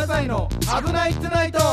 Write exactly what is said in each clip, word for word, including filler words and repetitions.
太宰の危ないトゥナイト。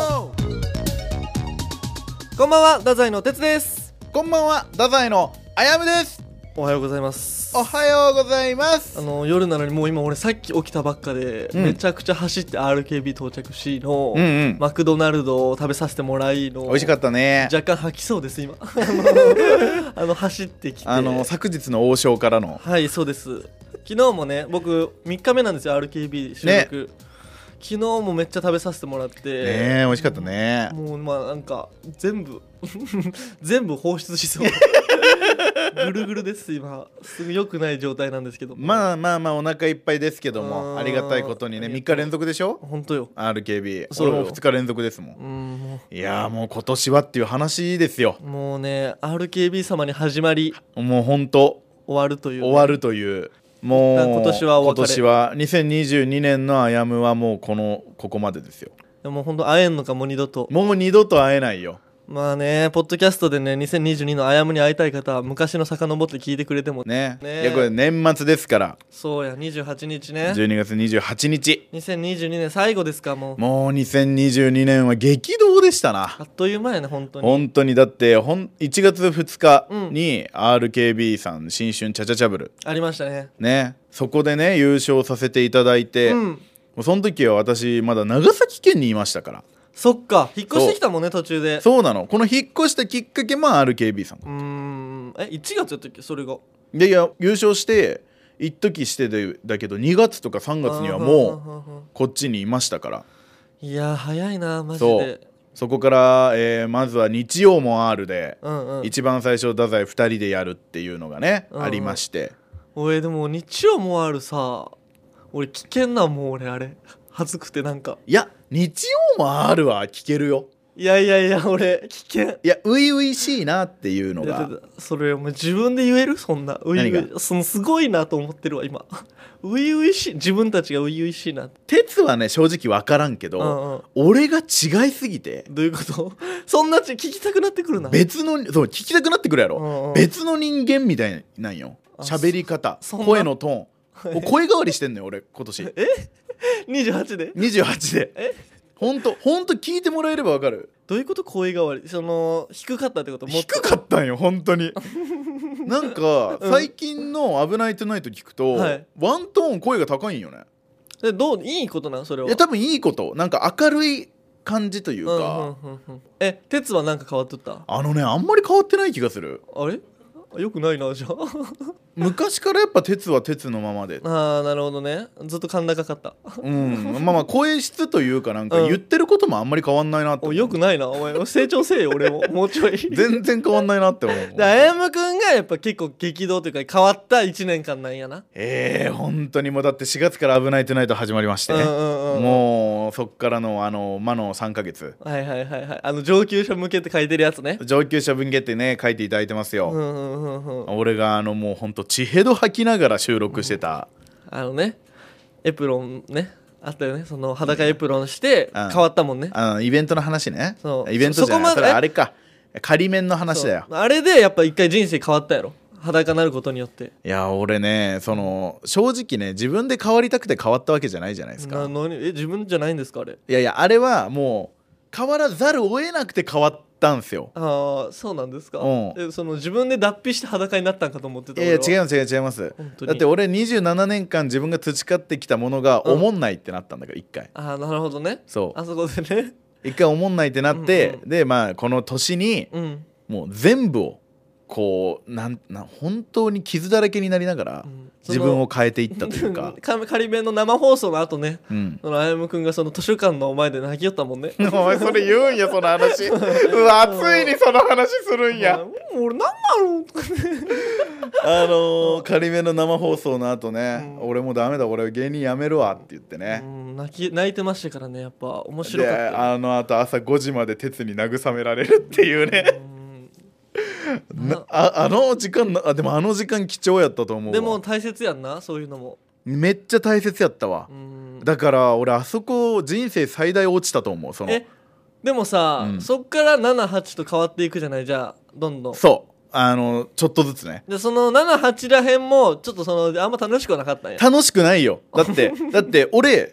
こんばんは、太宰の哲です。 こんばんは、太宰のあやむです。 おはようございます。 おはようございます。 あの夜なのにもう今俺さっき起きたばっかで、うん、めちゃくちゃ走って アールケービー 到着しの、うんうん、マクドナルドを食べさせてもらいの美味しかったね。 若干吐きそうです今あの走ってきてあの昨日の王将からの。 はい、そうです。昨日もね、僕みっかめなんですよ アールケービー 収録、ね、昨日もめっちゃ食べさせてもらってね、美味しかったね。 もうまあなんか全部全部放出しそうぐるぐるです今。すぐ良くない状態なんですけど、 まあまあまあお腹いっぱいですけども、ありがたいことにね、みっか連続でしょ。 本当よアールケービー。それもふつか連続ですもん。うん、もういやもう今年はっていう話ですよ。 もうね アールケービー 様に始まり、 もう本当終わるという、ね、 終わるというもう今年はお別れ。 今年はにせんにじゅうにねんのあやむはもうこのここまでですよ。 でも本当会えんのか、もう二度ともう二度と会えないよ。 まあね、ポッドキャストでねにせんにじゅうにのあやむに会いたい方は昔の遡って聞いてくれてもね, ねいやこれ年末ですから。 そうや、にじゅうはちにちね、 じゅうにがつにじゅうはちにち、 にせんにじゅうにねん最後ですか。もうもうにせんにじゅうにねんは激動でしたな。 あっという間やね、本当に本当に。だってほんいちがつふつかに アールケービー さん新春チャチャチャブルありましたね。 ね、そこでね優勝させていただいて、うん、もうその時は私まだ長崎県にいましたから。 そっか、引っ越してきたもんね途中で。 そうなの。この引っ越したきっかけも アールケービー さん。 うーん、えいちがつやったっけそれが。 いやいや優勝して一時してでだけどにがつとかさんがつにはもうこっちにいましたから。 いや早いなマジで。 で。 そこから、えー、まずは日曜も R で、うんうん、一番最初太宰ふたりでやるっていうのがね、うんうん、ありまして。 俺でも日曜も R さ、俺危険な、もう俺あれ恥ずくてなんか。 いや日曜も R は聞けるよ。 いやいやいや俺危険。 いや初々しいなっていうのが。 それお前自分で言える？そんな初々そのすごいなと思ってるわ今初々しい、自分たちが初々しいな。 鉄はね正直分からんけど、うんうん、俺が違いすぎて。 どういうこと？そんなち聞きたくなってくるな。 別のそう聞きたくなってくるやろ、うんうん、別の人間みたいなんよ。喋り方、声のトーン声変わりしてんのよ俺今年。 えにじゅうはちでにじゅうはちでえほんとほんと聞いてもらえれば分かる。 どういうこと？声変わり、その低かったってこと？もっと低かったんよ本当になんか最近の危ないトゥナイト聞くと、はい、ワントーン声が高いんよね。 でどういいことなん？それは。 いや多分いいこと、なんか明るい感じというか、うんうんうんうん、え鉄はなんか変わっとった？ あのねあんまり変わってない気がする。 あれよくないなじゃあ昔からやっぱ鉄は鉄のままで。 ああなるほどね。ずっと甲高かったうんまあまあ声質というかなんか言ってることもあんまり変わんないなって思う、 うん、よくないなお前成長せえよ俺ももうちょい全然変わんないなって思う。 あやむくんがやっぱ結構激動というか変わったいちねんかんなんやな。 ええー、本当にもうだってしがつから危ないトゥナイト始まりまして、うんうんうん、もうそっからのあの魔のさんかげつ。 はいはいはいはい、あの上級者向けって書いてるやつね。 上級者向けってね書いていただいてますよ、うんうんうんうん、俺があのもうほんと血ヘド吐きながら収録してた、 うん、あのねエプロンねあったよね。その裸エプロンして変わったもんね、 うん、あのイベントの話ね。そうイベントじゃない、それあれか仮面の話だよ。 あれでやっぱ一回人生変わったやろ、裸になることによって。 いや俺ねその正直ね自分で変わりたくて変わったわけじゃないじゃないですか。 な何え自分じゃないんですかあれ。 いやいやあれはもう変わらざるを得なくて変わったんすよ。 ああそうなんですか、うん、えその自分で脱皮して裸になったんかと思ってた。 いやいや違う違う違います。だって俺にじゅうななねんかん自分が培ってきたものがおもんないってなったんだから一回、 うん、ああなるほどね。 そうあそこでね一回おもんないってなって、うんうん、でまあこの年に、うん、もう全部をこうなんなん本当に傷だらけになりながら、うん、自分を変えていったというか仮弁の生放送の後ね、うん、そのあやむくんがその図書館の前で泣きよったもんねお前それ言うんやその話うわついにその話するんや俺なんなのあのー、仮弁の生放送の後ね、うん、俺もダメだ俺芸人やめるわって言ってね、うん、 泣き泣いてましたからね。やっぱ面白かった、ね、 あの後朝ごじまで鉄に慰められるっていうね、うんなあ, あの時間あでもあの時間貴重やったと思うわ。 でも大切やんなそういうのも。 めっちゃ大切やったわ。うんだから俺あそこ人生最大落ちたと思う。そのえでもさ、うん、そっからななはちと変わっていくじゃない。じゃあどんどんそうあのちょっとずつね。 でそのななはちらへんもちょっとそのあんま楽しくはなかったんや。 楽しくないよ。だってだって俺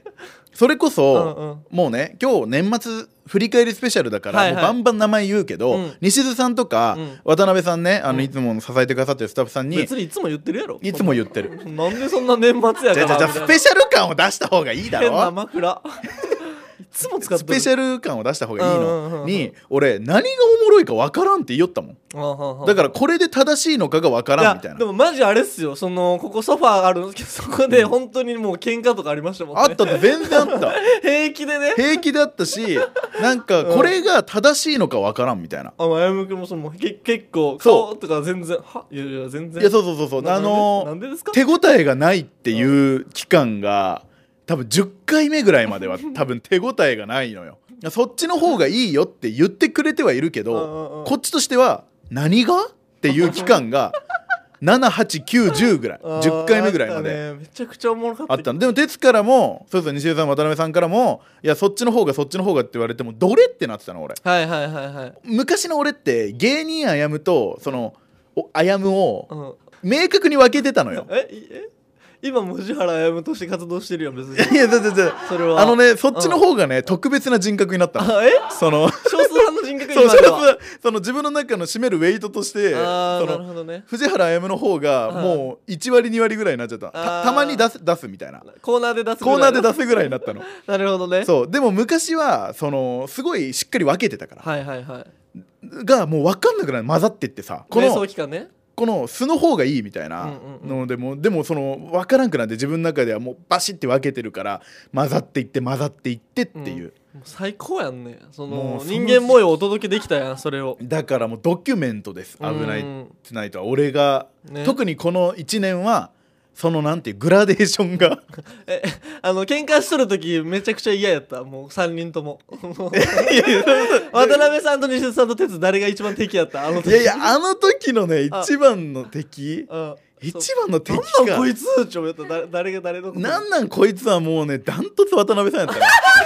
それこそ、 うんうんもうね今日年末振り返りスペシャルだから、 はいはいもうバンバン名前言うけど、 うん西津さんとか、 うん渡辺さんねあの、 うんいつも支えてくださってるスタッフさんに別にいつも言ってるやろ。 いつも言ってる。 なんでそんな年末やじゃからあじゃあじゃあスペシャル感を出した方がいいだ変なろ。 枕いつも使ってスペシャルル感を出した方がいいうんうんうんうんのに俺何がおもろいか分からんって言いよったもん。だからこれで正しいのかが分からんみたいな。 でもマジあれっすよ、そのここソファーあるんですけど、そこで本当にもう喧嘩とかありましたもんね。 あったって全然あった平気でね。 平気だったしなんかこれが正しいのか分からんみたいな。 あやむくんもそのけ結構そう顔とか全然はいやいや全然いやそうそうそうそうなあのなんでなんでですか。 手応えがないっていう期間が多分じゅっかいめぐらいまでは多分手応えがないのよ。そっちの方がいいよって言ってくれてはいるけうんうんうんどこっちとしては何がっていう期間がななはちきゅうじゅうぐらいじゅっかいめぐらいまあーあでったねめちゃくちゃおもろかったあったの。でも哲からもそうそう西江さん渡辺さんからもいやそっちの方がそっちの方がって言われてもどれってなってたの俺。 はいはいはいはい昔の俺って芸人あやむとそのおあやむをうん明確に分けてたのよ。 えいえ今も藤原あやむとして活動してるやん別にいやだってだってそれはあのねそっちの方がね特別な人格になったの。 あえその少数派の人格そう今ではそうその自分の中の占めるウェイトとしてあーなるそのほどね藤原あやむの方がもういち割に割ぐらいになっちゃった。 あーたたまに出す出すみたいなコーナーで出すぐコーナーでらいの出すぐらいになったの。 なるほどねそうでも昔はそのすごいしっかり分けてたからはいはいはいがもう分かんなくなる混ざってってさこ瞑想の期間ねこの素の方がいいみたいなうんうんのでもでもその分からんくなって自分の中ではもうバシッて分けてるから混ざっていって混ざっていってっていう、 もう最高やんねそのもうその人間模様をお届けできたやんそれをだからもうドキュメントです「危ないうんトゥナイト」は俺が、 ね特にこのいちねんはそのなんていうグラデーションがえあの喧嘩しとる時めちゃくちゃ嫌やったもうさんにんともいやいや渡辺さんと西津さんと哲誰が一番敵やったあの時いやいやあの時のねあ一番の敵うん一番の敵がなんなんこいつって思った誰誰が誰のことなんなんこいつはもうねダントツ渡辺さんやったね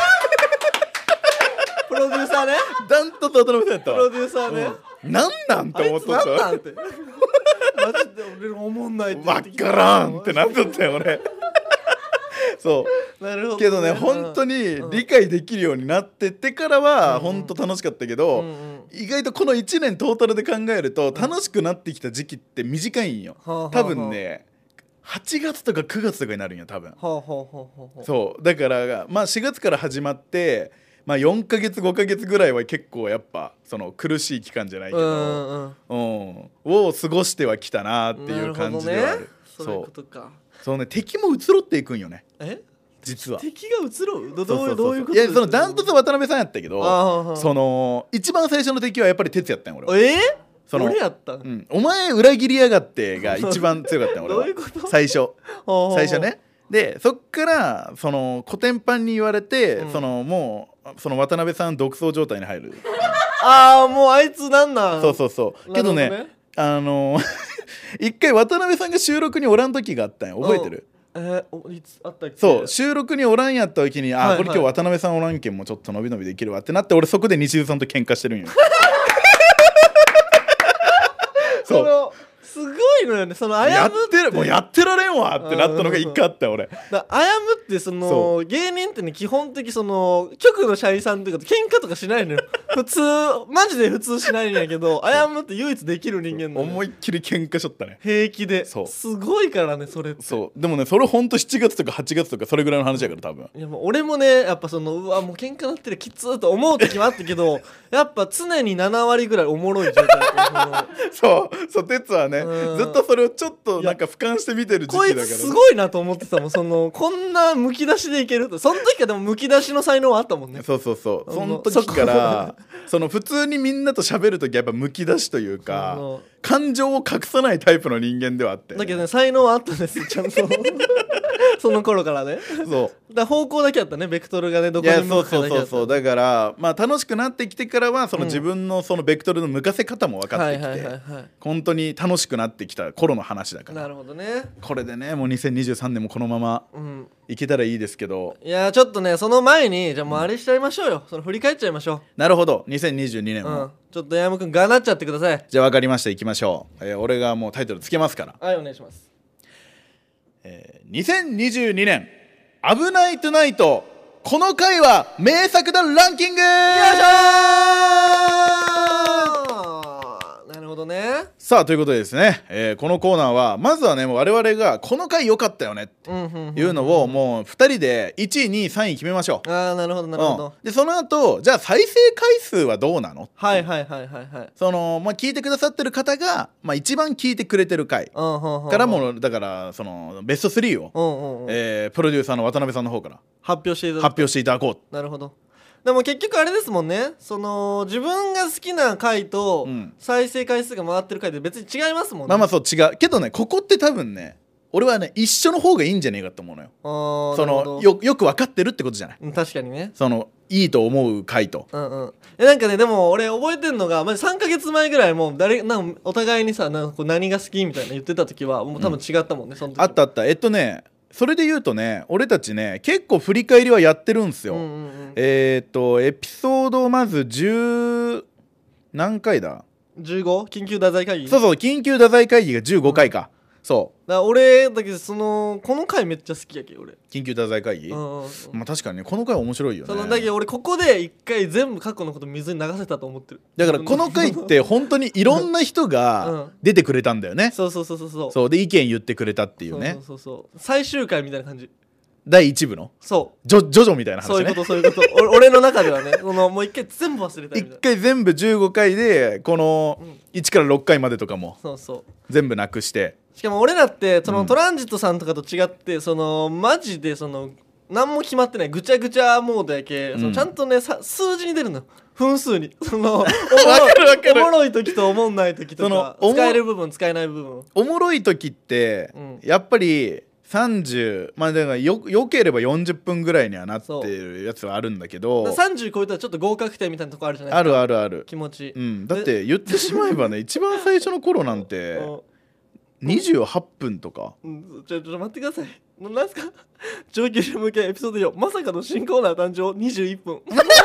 プロデューサーねダントツ渡辺さんやったわプロデューサーね、 うんなんなんってあいつ思っとったなんなんってマジで俺おもんないって言わってきたからんってなっとったよ俺そうなるほど、 けどね本当に理解できるようになってってからはうん本当楽しかったけうど、 んうん意外とこのいちねんトータルで考えると楽しくなってきた時期って短いんよ。 はあはあはあ多分ねはちがつとかくがつとかになるんよ多分。 はあはあはあはあそうだからまあしがつから始まってまあよんかげつごかげつぐらいは結構やっぱその苦しい期間じゃないけうんど、 うんうん、を過ごしてはきたなっていう感じではある。 なるほどねそういうことかそうね敵も移ろっていくんよねえ実は。 敵が移ろうどどういそうそうそううどういうこといやそのダントツ渡辺さんやったけどあーその一番最初の敵はやっぱり哲也やったんよ俺は。 えー、 その俺やったん、 うん、お前裏切りやがってが一番強かったよ俺はどういうこと最初はあはあ最初ねでそっからそのコテンパンに言われて、 うんそのもうその渡辺さん独走状態に入るああもうあいつなんなんそうそうそうけどねなるほあの一回渡辺さんが収録におらん時があったんよ覚えてるえー、おいつあったっけそう収録におらんやった時に、 はいはいあこれ今日渡辺さんおらんけんもちょっと伸び伸びできるわってなって俺そこで西津さんと喧嘩してるんよそのすごいのよねそのあやっやむてるもうやってられんわってなったのが一回あったよ俺だあやむってそのそ芸人ってね基本的その局の社員さんとかと喧嘩とかしないのよ普通マジで普通しないんやけどあやむって唯一できる人間なのよ思いっきり喧嘩しとったね平気でそうすごいからねそれってそうでもねそれほんとしちがつとかはちがつとかそれぐらいの話やから多分いやもう俺もねやっぱそのうわもう喧嘩なってるきつーと思う時もあったけどやっぱ常になな割ぐらいおもろい状態そうそう哲はねうんずっとそれをちょっとなんか俯瞰して見てる時こい期だからつすごいなと思ってたもんそのこんなむき出しでいけるとその時からでもむき出しの才能はあったもんねそうそうそうあそのの時からその普通にみんなと喋る時やっぱむき出しというあかの感情を隠さないタイプの人間ではあってだけどね才能はあったんですよちゃんとその頃からねそうだから方向だけあったねベクトルがねどいやこに向そうそうそうくかだけあったそうだからまあ楽しくなってきてからはそのうん自分のそのベクトルの向かせ方も分かってきてはいはいはいは本当に楽しくなってきた頃の話だかいならるほどねこれでねもうにせんにじゅうさんねんもこのままうんいけたらいいですけどいやちょっとねその前にじゃあもうあれしちゃいましょうよその振り返っちゃいましょなるほどにせんにじゅうにねんも、 ううんちょっと山くんがなっちゃってくださいじゃあ分かりましたいきましょう、えー俺がもうタイトルつけますから、 はいお願いしますえーにせんにじゅうにねん危ないトゥナイトこの回は名作だランキング。よいしょー。なるほどね。 さあということでですね、えーこのコーナーはまずはねもう我々がこの回良かったよねっていうのをもうふたりでいちいにいさんい決めましょう。 ああなるほどなるほど、 うん、でその後じゃあ再生回数はどうなの。 はいはいはいはいはい。 その、まあ、聞いてくださってる方が、まあ、一番聞いてくれてる回からもだからそのベストスリーを、うんうんうんえー、プロデューサーの渡辺さんの方から発表していただ発表していただこう。 なるほど。でも結局あれですもんね、その自分が好きな回と再生回数が回ってる回で別に違いますもんね。 まあまあそう違うけどね、ここって多分ね俺はね一緒の方がいいんじゃねえかと思うのよ。 あその よ, よく分かってるってことじゃない。 確かにね。 そのいいと思う回と、 うんうん、えなんかねでも俺覚えてんのが、まあ、さんかげつまえぐらいもう誰なんお互いにさなんかこう何が好きみたいな言ってた時はもう多分違ったもんね、うん、その時あったあった。えっとねそれで言うとね俺たちね結構振り返りはやってるんすよ、うんうんうん、えー、っとエピソードまずじゅう何回だじゅうご? 緊急太宰会議。 そうそう緊急太宰会議がじゅうごかいか、うん、そうだから俺だけどそのこの回めっちゃ好きやけ俺緊急太宰会議、うんうんうん、まあ確かにねこの回面白いよね。 そのだけど俺ここで一回全部過去のこと水に流せたと思ってる。 だからこの回って本当にいろんな人が出てくれたんだよね、うん、 そうそうそうそうそうそうで意見言ってくれたっていうね。 そうそうそう最終回みたいな感じ。 だいいち部のそうジョジョジョみたいな話ね。 そういうことそういうこと俺の中ではねそのもう一回全部忘れたいみたいな。 一回全部じゅうごかいでこのいちからろっかいまでとかもそうそう全部なくして、 しかも俺らってそのトランジットさんとかと違って、うん、そのマジでその何も決まってないぐちゃぐちゃモードやけ、うん、そのちゃんとねさ数字に出るの分数にそのおもろいおもろい時と思んない時とか使える部分使えない部分。 おもろい時って、うん、やっぱりさんじゅうまあだからよよければよんじゅっぷんぐらいにはなってるやつはあるんだけどさんじゅう超えたらちょっと合格点みたいなとこあるじゃないですか。 あるあるある気持ち、 うん、だって言ってしまえばね一番最初の頃なんてにじゅうはっぷんとか、 うん、ちょちょ待ってください。なんすか上級者向けエピソードよんまさかの新コーナー誕生にじゅういっぷん題名も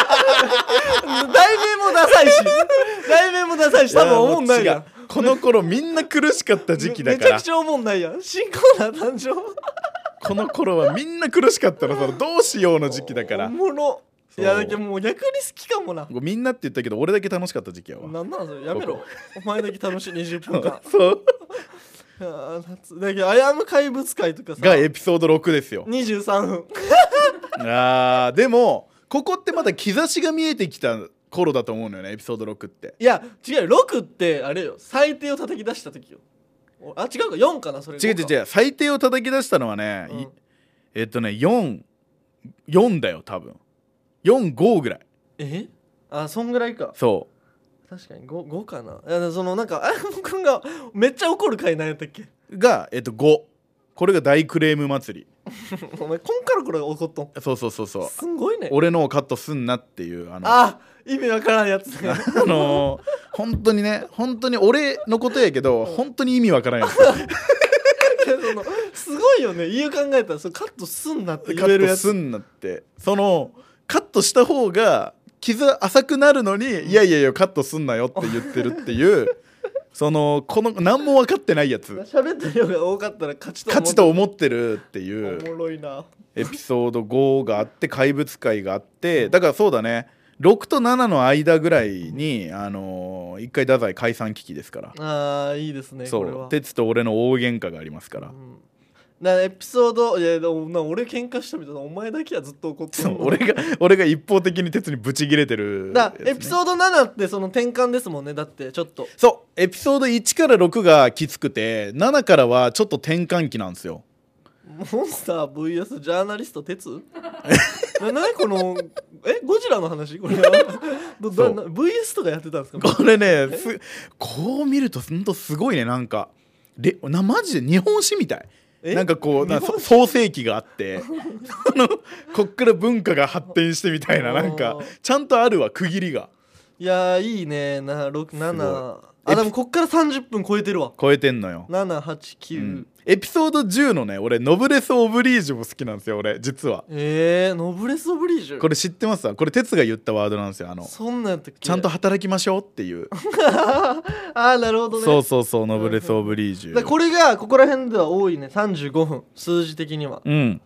ダサいし題名もダサいし多分思んないやん。 この頃みんな苦しかった時期だからめ, めちゃくちゃ思んないやん新コーナー誕生この頃はみんな苦しかったのそのどうしようの時期だから。 おもろいやだけどもう逆に好きかもな。 みんなって言ったけど俺だけ楽しかった時期やわ。 なんなんそれやめろお前だけ楽しいにじゅっぷんかんそうあだけどあやむ怪物界とかさがエピソードろくですよにじゅうさんぷんあーでもここってまた兆しが見えてきた頃だと思うのよねエピソードろくって。 いや違うよろくってあれよ最低を叩き出した時よ。あ違うかよんかなそれ。 違う違う違う最低を叩き出したのはね、うん、えっとねよんよんだよ多分よんごぐらい。 えあそんぐらいか。 そう確かに 5, ごかな。いやそのなんかあやむくんがめっちゃ怒る回何やったっけがえっとごこれが大クレーム祭りお前こんからこれが怒っとん。 そうそうそうそうすんごいね。 俺のをカットすんなっていうあのあ意味わからんやつねあのー、本当にね本当に俺のことやけど本当に意味わからんやつそのすごいよね家考えたらそれカットすんなって言えるやつ。 カットすんなってそのカットした方が傷浅くなるのに、うん、いやいやいやカットすんなよって言ってるっていうそのこの何も分かってないやつ喋った量が多かったら勝ちと勝ちと思ってるっていうおもろいなエピソードごがあって怪物界があってだからそうだねろくとななの間ぐらいに、あのー、一回太宰解散危機ですから。 あーいいですね。 そうこれは鉄と俺の大喧嘩がありますから、うん、 なエピソードいやでもな俺喧嘩したみたいなお前だけはずっと怒ってる。 俺が俺が一方的に鉄にブチギレてる、 だエピソードななってその転換ですもんね。だってちょっとそうエピソードいちからろくがきつくてななからはちょっと転換期なんですよ。 モンスター ブイエス ジャーナリスト鉄な何このえゴジラの話これどど ブイエス とかやってたんですか。 これねすこう見るとほんとすごいね。なんかレなマジで日本史みたい。なんかこうな創世記があってこっから文化が発展してみたいななんかちゃんとあるわ区切りが。 いやいいねなろくななあでもこっからさんじゅっぷん超えてるわ。 超えてんのよななはちきゅう、うん、 エピソードじゅうのね俺ノブレス・オブリージュも好きなんですよ俺実は。 えー、ノブレス・オブリージュこれ知ってますわ。これ哲が言ったワードなんですよ。あのそんなんやったっけ。 ちゃんと働きましょうっていうあーなるほどね。 そうそうそうノブレス・オブリージュだこれがここら辺では多いね。さんじゅうごふん数字的には。 うん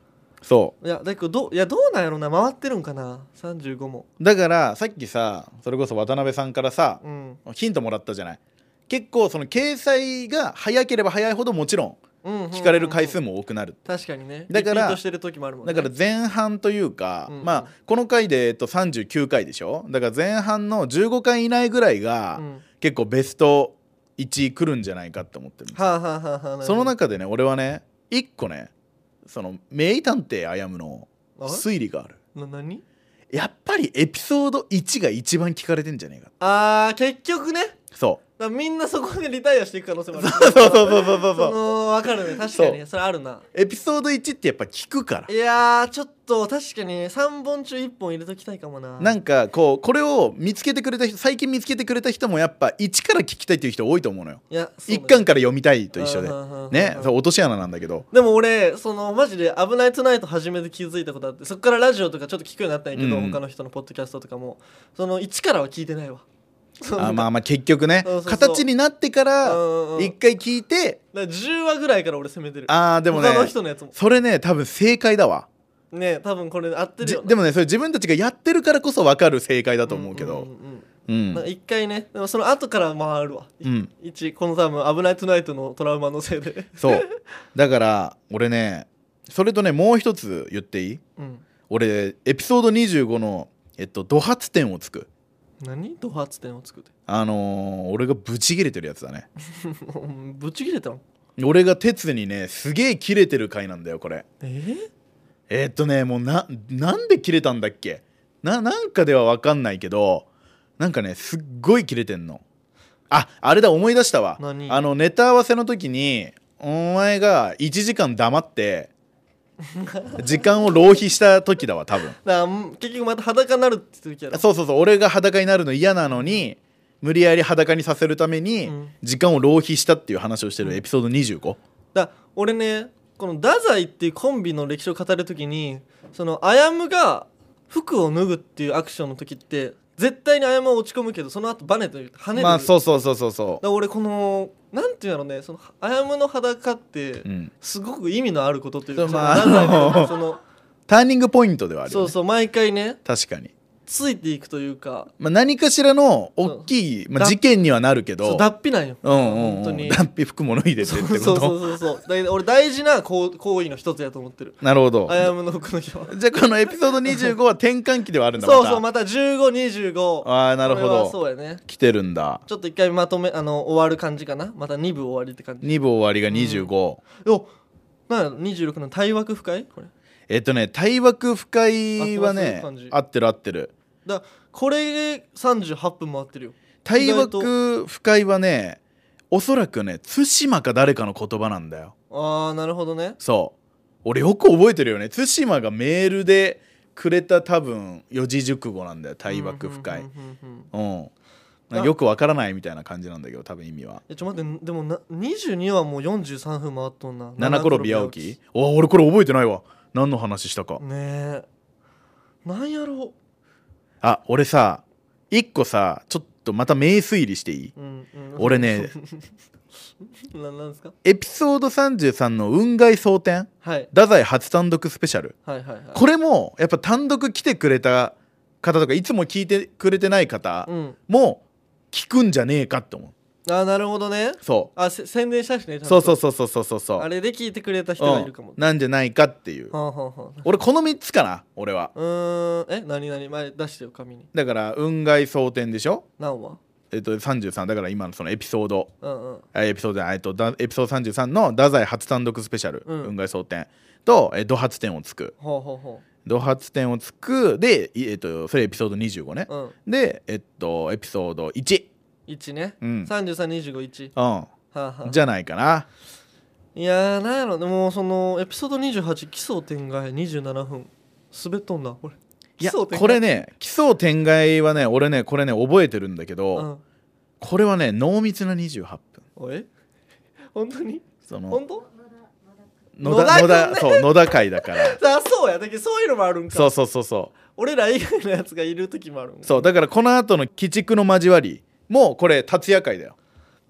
そういやだけどどいやどうなんやろな回ってるんかなさんじゅうごも。 だからさっきさそれこそ渡辺さんからさ、 うん、 ヒントもらったじゃない。結構その掲載が早ければ早いほどもちろん聞かれる回数も多くなる。 確かにね。 だからリピートしてる時もあるもんね。 だから前半というか、 うんうん、 まあこの回で、えっと、さんじゅうきゅうかいでしょ。だから前半のじゅうごかい以内ぐらいが、うん、結構ベストいちい来るんじゃないかって思ってるんですよ。 はあはあはあはあ、 その中でね俺はねいっこねその名探偵アヤムの推理がある。 な何やっぱりエピソードいちが一番聞かれてんじゃねえか。 あー結局ね。 そうだみんなそこでリタイアしていく可能性もある。 そうそうそうそうそうそうその分かるね。確かにそれあるな。 エピソードいちってやっぱ聞くから。 いやーちょっと確かにさんぼん中いっぽん入れときたいかもな。 なんかこうこれを見つけてくれた人最近見つけてくれた人もやっぱいちから聞きたいっていう人多いと思うのよ。 いやいっかんから読みたいと一緒でね。そう落とし穴なんだけど。 でも俺そのマジで危ないトゥナイト初めて気づいたことあって、そっからラジオとかちょっと聞くようになったんやけど、うん、他の人のポッドキャストとかもそのいちからは聞いてないわ。 あまあまあ結局ねそうそうそう形になってから一回聞いて、 だからじゅうわぐらいから俺攻めてる。 あーでもね他の人のやつもそれね多分正解だわね。多分これ合ってるよな。 でもねそれ自分たちがやってるからこそ分かる正解だと思うけど一回ねでもその後から回るわ、うん、いちこの多分危ないトゥナイトのトラウマのせいでそうだから俺ねそれとねもう一つ言っていい、うん、俺エピソードにじゅうごの、えっと、ド発点をつく。 何ド発点をつくってあのー、俺がブチ切れてるやつだねブチ切れたの俺が鉄にねすげえ切れてる回なんだよこれ。 えー、 えー、っとねもうななんで切れたんだっけななんかでは分かんないけどなんかねすっごい切れてんの。ああれだ思い出したわ。 何あのネタ合わせの時にお前がいちじかん黙って時間を浪費した時だわ多分。 だ結局また裸になるって時やろ。 そうそうそう俺が裸になるの嫌なのに無理やり裸にさせるために時間を浪費したっていう話をしてるエピソードにじゅうご。 だ俺ねこの太宰っていうコンビの歴史を語る時にそのあやむが服を脱ぐっていうアクションの時って絶対にあやむは落ち込むけどその後バネという跳ねる。 まあそうそうそうそうそう。 だ俺このなんていうのねそのあやむの裸ってすごく意味のあることというか、うん、まあ、そのターニングポイントではあるよね。 そうそう毎回ね確かについていくというか、 まあ、何かしらの大きい、まあ、事件にはなるけどそう脱皮なんよ、 うんうんうん、本当に脱皮服も脱いでてってこと。 そうそうそうそうだ俺大事な行為の一つやと思ってる。 なるほど。 あやむの服の日はじゃあこのエピソードにじゅうごは転換期ではあるんだ。 そうそうまたじゅうご、にじゅうご。 ああなるほどそうやね来てるんだ。 ちょっと一回まとめあの終わる感じかな。またに部終わりって感じ。 に部終わりがにじゅうご、 うん、おなんやにじゅうろくの対枠深いこれ。 えっとね対枠深いはね合ってる合ってる。 だこれでさんじゅうはっぷん回ってるよ。 対枠深いはねおそらくね対馬か誰かの言葉なんだよ。 あーなるほどね。 そう俺よく覚えてるよね。対馬がメールでくれた多分四字熟語なんだよ対枠深い。うんよくわからないみたいな感じなんだけど多分意味は。 えちょ待ってでもなにじゅうにはもうよんじゅうさんぷん回っとんな。 七転び八起き。お俺これ覚えてないわ。何の話したかねえなんやろう。 あ俺さ一個さちょっとまた名推理していい、うんうん、俺ねななんですかエピソードさんじゅうさんの雲外蒼天、はい、太宰初単独スペシャル、はいはいはい、これもやっぱ単独来てくれた方とかいつも聞いてくれてない方も聞くんじゃねえかって思う。 あなるほどね。 そうあ宣伝したしね。 そうそうそうそうそうそうあれで聞いてくれた人がいるかも、 うん、なんじゃないかっていう、はあはあはあ、俺このみっつかな俺は。 うーんえ何何前出してよ紙に。 だから雲外蒼天でしょ。 何話えっとさんじゅうさんだから今のそのエピソード、 うんうん、 エピソードえっとエピソードさんじゅうさんの太宰初単独スペシャル、うん、雲外蒼天とえド発点をつく。 ほうほうほうド発点をつくで、えっと、それエピソードにじゅうごね、うん、でえっとエピソードいちいちね、うん、さんじゅうさん、にじゅうご、いち、 うんはあはあ、じゃないかな。 いやーなんやろでもそのエピソードにじゅうはち奇想天外にじゅうななふん滑っとんなこれ。 いやこれね奇想天外はね俺ねこれね覚えてるんだけど、うん、これはね濃密なにじゅうはっぷん。 おえ本当にその本当野田野田そう野田会だからあそうやだけどそういうのもあるんか。 そうそうそうそう俺ら以外のやつがいる時もあるんか。 そうだからこの後の鬼畜の交わりもうこれ達也会だよ。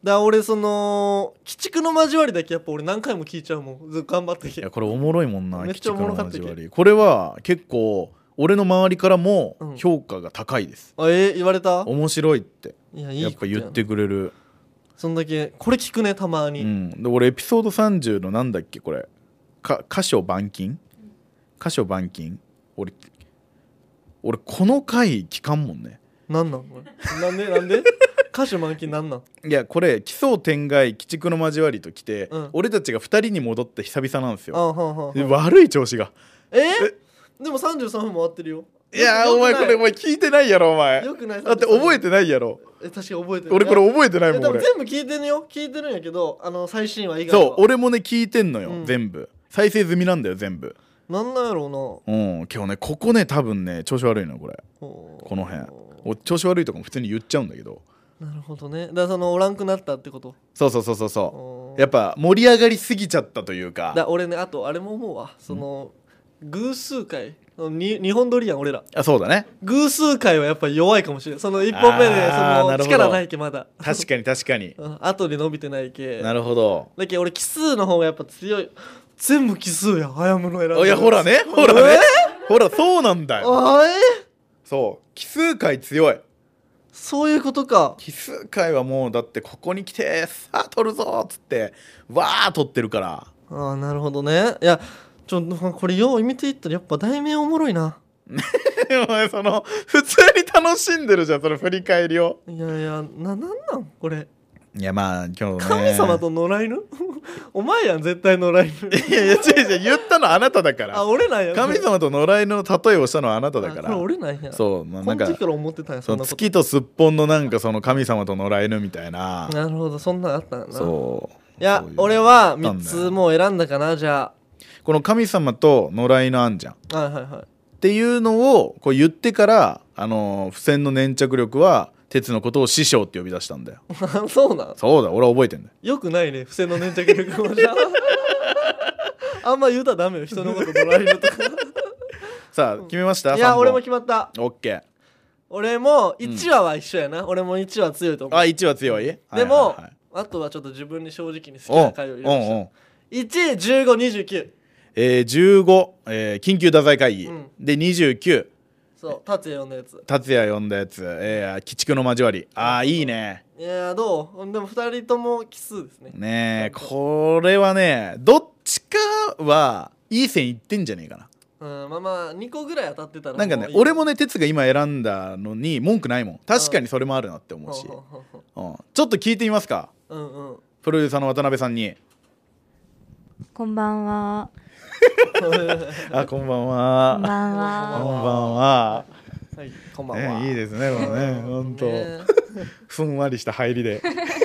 だから俺その鬼畜の交わりだけやっぱ俺何回も聞いちゃうもん。ずっと頑張ってけ。 いやこれおもろいもんな。 めっちゃおもろかったっけ。 鬼畜の交わりこれは結構俺の周りからも評価が高いです、 うん、あえー、言われた。 面白いっていやいいやっぱ言ってくれる。 そんだけこれ聞くねたまに、 うん、で俺エピソードさんじゅうのなんだっけこれか箇所板金箇所板金俺俺この回聞かんもんね。 なんなんこれなんでなんで歌手満金なんなん。 いやこれ奇想天外鬼畜の交わりときて、うん、俺たちがふたりに戻って久々なんですよ。 あはんはんはんで悪い調子がえー、えでもさんじゅうさんぷんも終わってるよ。 いやお前これお前聞いてないやろお前。 よくない。 だって覚えてないやろ。 え確かに覚えてる。 俺これ覚えてないもん。俺全部聞いてるよ。聞いてるんやけどあの最新話以外はそう俺もね聞いてんのよ、うん、全部再生済みなんだよ全部。 なんなんやろうな。うん今日ねここね多分ね調子悪いのこれこの辺調子悪いとかも普通に言っちゃうんだけど。 なるほどね。だからそのおらんくなったってこと。 そうそうそうそうそうやっぱ盛り上がりすぎちゃったというか。 だ俺ねあとあれも思うわその、うん、偶数回に日本撮りやん俺ら。 あそうだね。 偶数回はやっぱり弱いかもしれない。そのいっぽんめでその力ないけまだ。 確かに確かに後で伸びてないけ。 なるほど。 だけど俺奇数の方がやっぱ強い。全部奇数やあやむの選んで。 いやほらねほらね、えー、ほらそうなんだよ。 あえそう奇数回強い。 そういうことか。 奇数回はもうだってここに来てさあ取るぞっつってわー取ってるから。 ああなるほどね。いやちょっとこれよう見ていったらやっぱ題名おもろいな。 お前その普通に楽しんでるじゃんその振り返りを。 いやいやななんなんこれ。 いやまあ今日ね神様と野良犬お前やん絶対野良犬。 いやいや違う違う言ったのあなただから。 あ俺なんや。 神様と野良犬の例えをしたのはあなただから。 これ俺なんや。 そう、まあ、なんかこの時から思ってたんやそんなこと。 月とすっぽんのなんかその神様と野良犬みたいな。 なるほどそんなんあったんやな。 そういや俺はみっつもう選んだかな。じゃあこの神様と野良犬あんじゃん。 はいはいはいっていうのをこう言ってからあの付箋の粘着力は鉄のことを師匠って呼び出したんだよ。 そうなん。 そうだ俺は覚えてんだよ。 よくないね付箋の粘着力もじゃああんま言うたらダメよ人のことドライブとかさあ決めました。 いや俺も決まった。 オッケー。俺もいちわは一緒やな、うん、俺もいちわ強いと思う。 あいちわ強い。 でも、はいはいはい、あとはちょっと自分に正直に好きな回を入れました。いち、じゅうご、にじゅうきゅう、 えー、じゅうご、えー、緊急太宰会議、うん、でにじゅうきゅうそう達也呼んだやつ達也呼んだやつ、えー、鬼畜の交わり。ああいいね。 いやどうでもふたりとも奇数ですね。 ねえこれはねどっちかはいい線いってんじゃねえかな。 うんまあまあにこぐらい当たってたらなんかね俺もね哲が今選んだのに文句ないもん。確かにそれもあるなって思うし、うん、ちょっと聞いてみますか、 うんうん、 プロデューサーの渡辺さんに。 こんばんは。 あこんばんは。 こんばんは。 こんばんは。 はいこんばんは、 ね、いいですねこのね本当、ね、ふんわりした入りで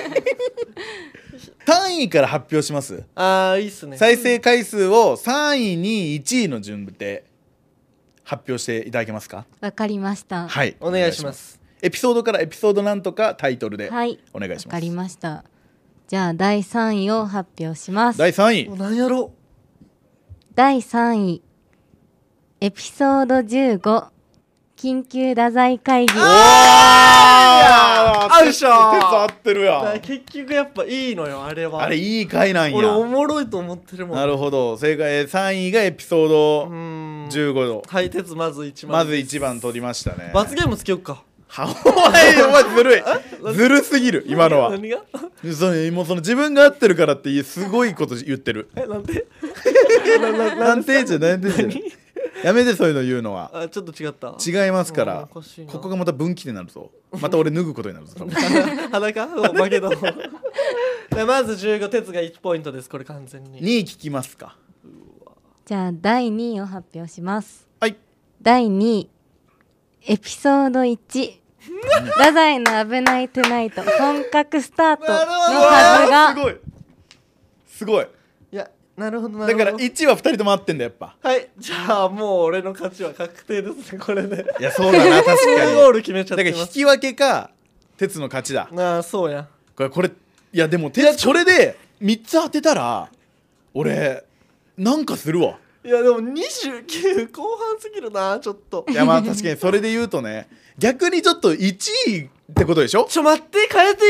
単位から発表します。 あーいいっすね。 再生回数をさんいにいいちいの順で発表していただけますか。 わかりました。 はいお願いします。 エピソードからエピソードなんとかタイトルでお願いします。 わかりました。じゃあだいさんいを発表します。 だいさんい何やろ。 だいさんいエピソードじゅうご緊急太宰会議。 あーよっしゃー。 鉄合ってるやん。 結局やっぱいいのよあれは。 あれいい回なんや。 俺おもろいと思ってるもん。 なるほど正解。さんいがエピソードじゅうご度。 はい鉄まずいちばんまずいちばん取りましたね。 罰ゲームつけよっか。 はお前お前ずるいずるすぎる今のは。 何がそれもうその自分が合ってるからってすごいこと言ってる。 えなんでなんてじゃなんてじゃやめてそういうの言うのは。 あちょっと違った。 違いますから。ここがまた分岐点になるぞ。また俺脱ぐことになるぞ。 裸負けどまずじゅうご鉄がいちポイントです。これ完全ににい聞きますか。 じゃあだいにいを発表します。 はい。 だいにいエピソードいち太宰の危ないトゥナイト本格スタートのはずが。 すごいすごい。 いやなるほどなるほど。 だからいちはふたりとも合ってんだやっぱ。 はいじゃあもう俺の勝ちは確定ですねこれで。 いやそうだな確かにゴール決めちゃってます。 だから引き分けか鉄の勝ちだ。 ああそうやこれこれいやでも鉄これでみっつ当てたら俺なんかするわ。 いやでもにじゅうきゅう後半すぎるなちょっと。 いやまあ確かにそれで言うとね逆にちょっといちいってことでしょ。 ちょ待って変えていい。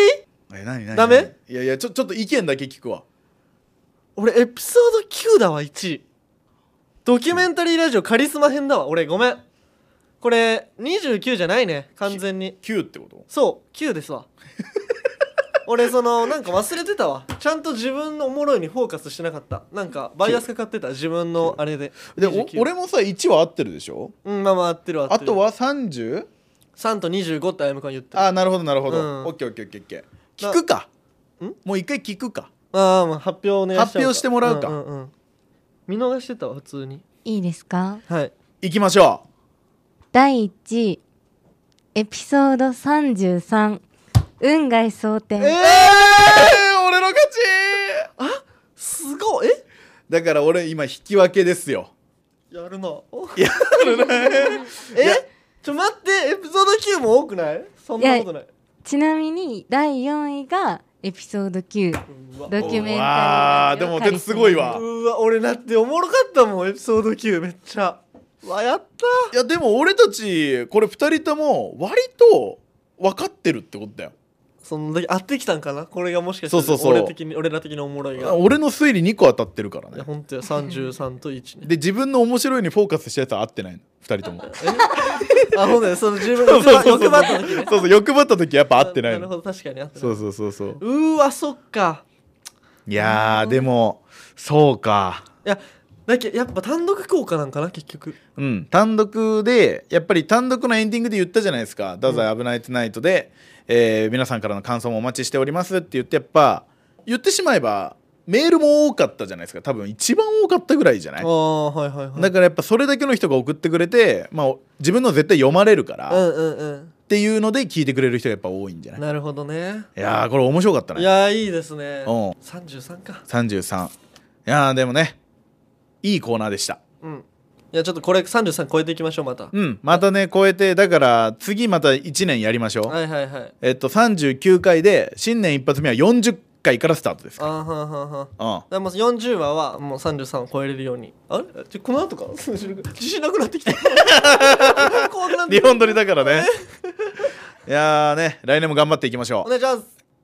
え何何ダメ？ いやいやちょちょっと意見だけ聞くわ。 俺エピソードきゅうだわ。いちいドキュメンタリーラジオカリスマ編だわ。俺ごめん、これにじゅうきゅうじゃないね、完全に。 きゅうってこと？ そうきゅうですわ。俺そのなんか忘れてたわ。ちゃんと自分のおもろいにフォーカスしてなかった。なんかバイアスかかってた、自分のあれで。 でにじゅうきゅう。 お俺もさいちは合ってるでしょ。 うんまあまあ合ってる合ってる。 あとは さんじゅう？ さんとにじゅうごってあやむくん言ってる。 あなるほどなるほど、 うんオッケーオッケーオッケーオッケー。聞くかんもう一回聞くか。 ああまあ発表お願いしちゃうか。 発表してもらうか、 んうんうん、見逃してたわ普通に。 いいですか？ はい行きましょだいいちエピソードさんじゅうさん運外蒼天。 う。えー、俺の勝ち。 あすごい。えだから俺今引き分けですよ。 やるな。 やるね。 えちょ待って、エピソードきゅうも多くない？そんなことない。 ちなみにだいよんいがエピソードきゅううわドキュメンわーでもタリーラジオカリスマすごいわうわ俺だっておもろかったもんエピソードきゅうめっちゃ。わやったいやでも俺たちこれふたりとも割と分かってるってことだよ。 その時合ってきたんかな、これがもしかして。 そうそうそう俺的に俺ら的におもろいが。 俺の推理にこ当たってるからいやね。 ほんとやさんじゅうさんといちね。 で自分の面白いにフォーカスしたやつは合ってないのふたりとも。 あほんとや、その自分そうそうそう欲張った時ね。 そうそう欲張った時やっぱ合ってないの。 なるほど確かに合ってない。 そうそうそうそう。 うーわそっか。 いやーでもそうか。 いやだけやっぱ単独効果なんかな結局。 うん単独でやっぱり単独のエンディングで言ったじゃないですか。太宰危ないトゥナイトで、えー皆さんからの感想もお待ちしておりますって言ってやっぱ言ってしまえばメールも多かったじゃないですか。多分一番多かったぐらいじゃない。 ああはいはいはい。 だからやっぱそれだけの人が送ってくれて、まあ、自分の絶対読まれるから、 うんっうんうんていうので聞いてくれる人がやっぱ多いんじゃない。 なるほどね。 いやーこれ面白かったね。 いやーいいですね。 うんさんじゅうさんか。 さんじゅうさん。いやーでもねいいコーナーでした。 うんいやちょっとこれさんじゅうさん超えていきましょうまた。 うんまたね超えてだから次またいちねんやりましょう。 はいはいはい。 えっとさんじゅうきゅうかいで新年一発目はよんじゅっかいからスタートですかあーはんはんはん。 ら。 でもよんじゅうわはもうさんじゅうさんを超えれるように。あれちょこの後か自信なくなってきた。怖くなっうん、 てきた。 日本撮りだからね。いやーね来年も頑張っていきましょう。 お願いします。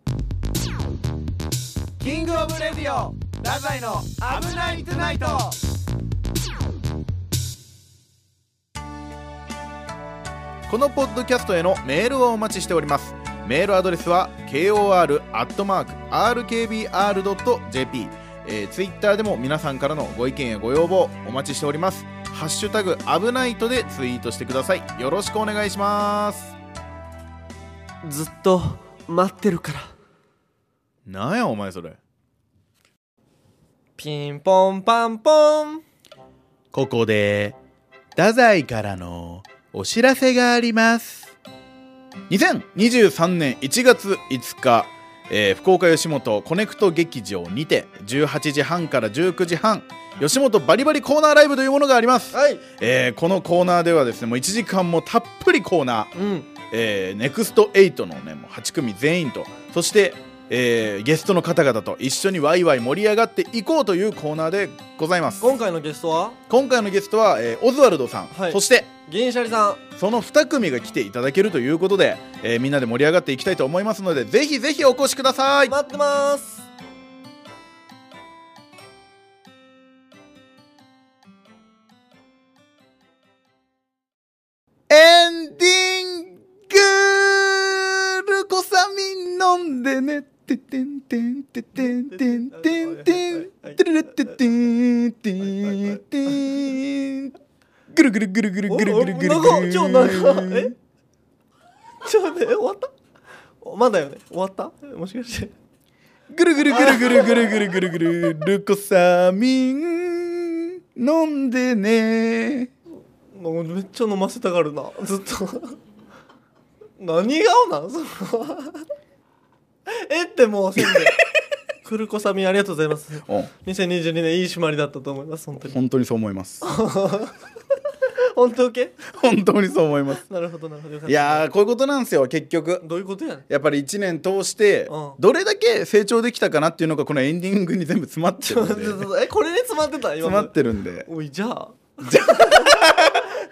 キングオブレディオ太宰の危ないトゥナイト。このポッドキャストへのメールをお待ちしております。メールアドレスは ケーオーアール アットマーク アールケービーアール ドット ジェーピー、えー、ツイッターでも皆さんからのご意見やご要望お待ちしております。ハッシュタグ危ないとでツイートしてください。よろしくお願いします。 ずっと待ってるから。 なんやお前それ。 ピンポンパンポン。 ここで太宰からのお知らせがあります。にせんにじゅうさんねんいちがついつか、えー、福岡吉本コネクト劇場にてじゅうはちじはんからじゅうくじはん吉本バリバリコーナーライブというものがあります、 はい。 えー、このコーナーではですねもういちじかんもたっぷりコーナー、 うん。 えー、ネクストエイトのねもうはちくみ全員とそしてえー、ゲストの方々と一緒にワイワイ盛り上がっていこうというコーナーでございます。 今回のゲストは今回のゲストは、えー、オズワルドさん、 はいそして銀シャリさん。 そのに組が来ていただけるということで、えー、みんなで盛り上がっていきたいと思いますのでぜひぜひお越しください。 待ってます。 エンディングルコサミン飲んでねててんてんててんてんてんてんてるるててんてんてんぐるぐるぐるぐるぐるぐるぐる長っ超長っえちょっと待って終わったまだよね終わったもしかしてぐるぐるぐるぐるぐるぐるぐるぐるルコサミン飲んでね。 もうめっちゃ飲ませたがるなずっと何顔なんそのえってもうせんでクルコサミンありがとうございます。 うんにせんにじゅうにねんいい締まりだったと思います本当に本当にそう思います本当受け本当にそう思います。 なるほどなるほどよかったいやーこういうことなんですよ結局。 どういうことやねんやっぱりいちねん通してうんどれだけ成長できたかなっていうのがこのエンディングに全部詰まってるんでえこれに詰まってた今詰まってるんでおいじゃあ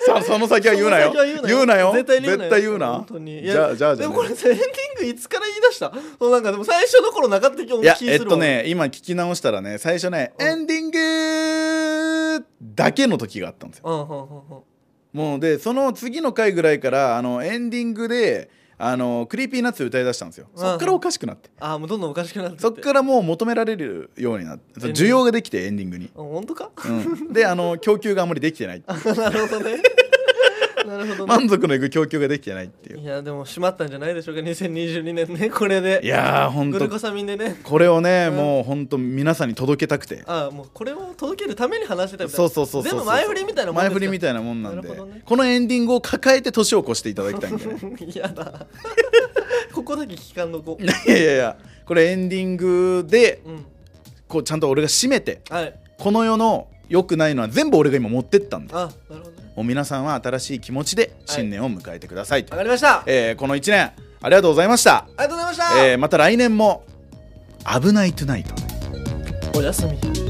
さその先は言うなよその先は言うなよ絶対言うなよ絶対言うな本当にいやじゃあじゃあじゃあねでもこれさエンディングいつから言い出したそうなんかでも最初の頃なかった気がいやするわえっとね今聞き直したらね最初ねうんエンディングだけの時があったんですようんうんうんうんもうでその次の回ぐらいからあのエンディングであのクリーピーナッツ歌い出したんですようんそっからおかしくなってあーもうどんどんおかしくなってってそっからもう求められるようになってその需要ができてエンディングに、 あ本当かうん、であの供給があんまりできてないなるほどねなるほどね満足のいく供給ができてないっていういやでも閉まったんじゃないでしょうかにせんにじゅうにねんねこれでいやーほんとグルコサミンでねこれをね、 うんもうほんと皆さんに届けたくてあもうこれを届けるために話してたみたいなそうそうそうそう全部前振りみたいなもんですか前振りみたいなもんなんで、 なるほどねこのエンディングを抱えて年を越していただきたいんでね嫌だここだけ聞かんのこいやいやいやこれエンディングでうんこうちゃんと俺が締めてはいこの世の良くないのは全部俺が今持ってったんであなるほどねもう皆さんは新しい気持ちで新年を迎えてくださいと、 わかりましたあえーこのいちねんありがとうございました、 りがとうございました、 えーまた来年も危ないトゥナイトでおやすみ